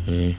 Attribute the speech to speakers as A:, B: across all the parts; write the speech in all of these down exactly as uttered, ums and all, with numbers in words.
A: Ei.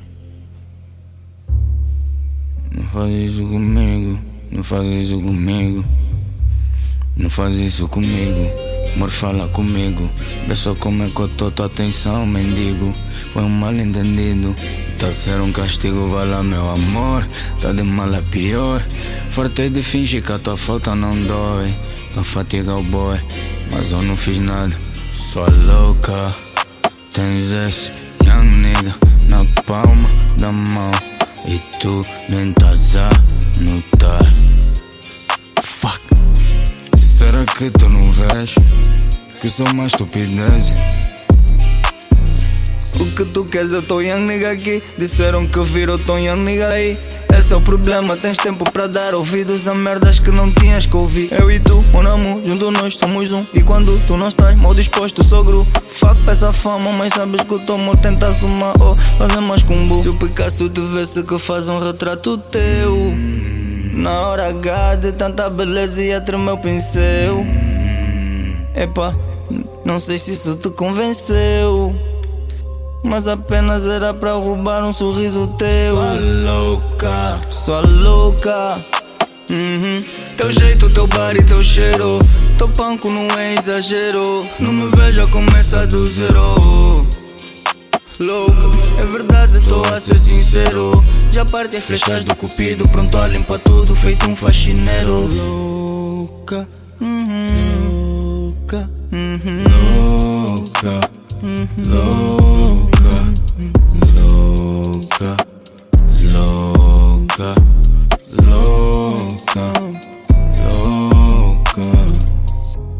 A: Não faz isso comigo, não faz isso comigo, não faz isso comigo. Amor, fala comigo, vê só como é que eu tô, tua atenção, mendigo. Foi um mal entendido, tá a ser um castigo, vai lá meu amor. Tá de mal a pior, fartei de fingir que a tua falta não dói. Tô fatigado boy, mas eu não fiz nada. Só louca, tens esse young nigga na palma da mão e tu nem estás a notar. Fuck. Será que tu não vês que sou mais estupidez? O que tu queres, eu tô young nigga aqui. Disseram que virou tão young nigga aí. Esse é o problema, tens tempo para dar ouvidos a merdas que não tinhas que ouvir. Eu e tu, mon amor, junto nós somos um. E quando tu não estás mal disposto, sogro. Fuck pra essa fama, mas sabes que o teu amor tenta somar ou fazer mais combo. Se o Picasso te vesse que faz um retrato teu, na hora H de tanta beleza ia tremer o pincel. Epa, não sei se isso te convenceu, mas apenas era pra roubar um sorriso teu. Sua louca, sua louca. Uhum. Teu jeito, teu bar e teu cheiro. Teu panco não é exagero. Não me veja começar do zero. Louca, é verdade, tô a ser sincero. Já parte as flechas do cupido, pronto a limpar tudo, feito um faxineiro. Louca, uhum. Louca, uhum. Louca, uhum. Louca, louca, louca, louca, louca.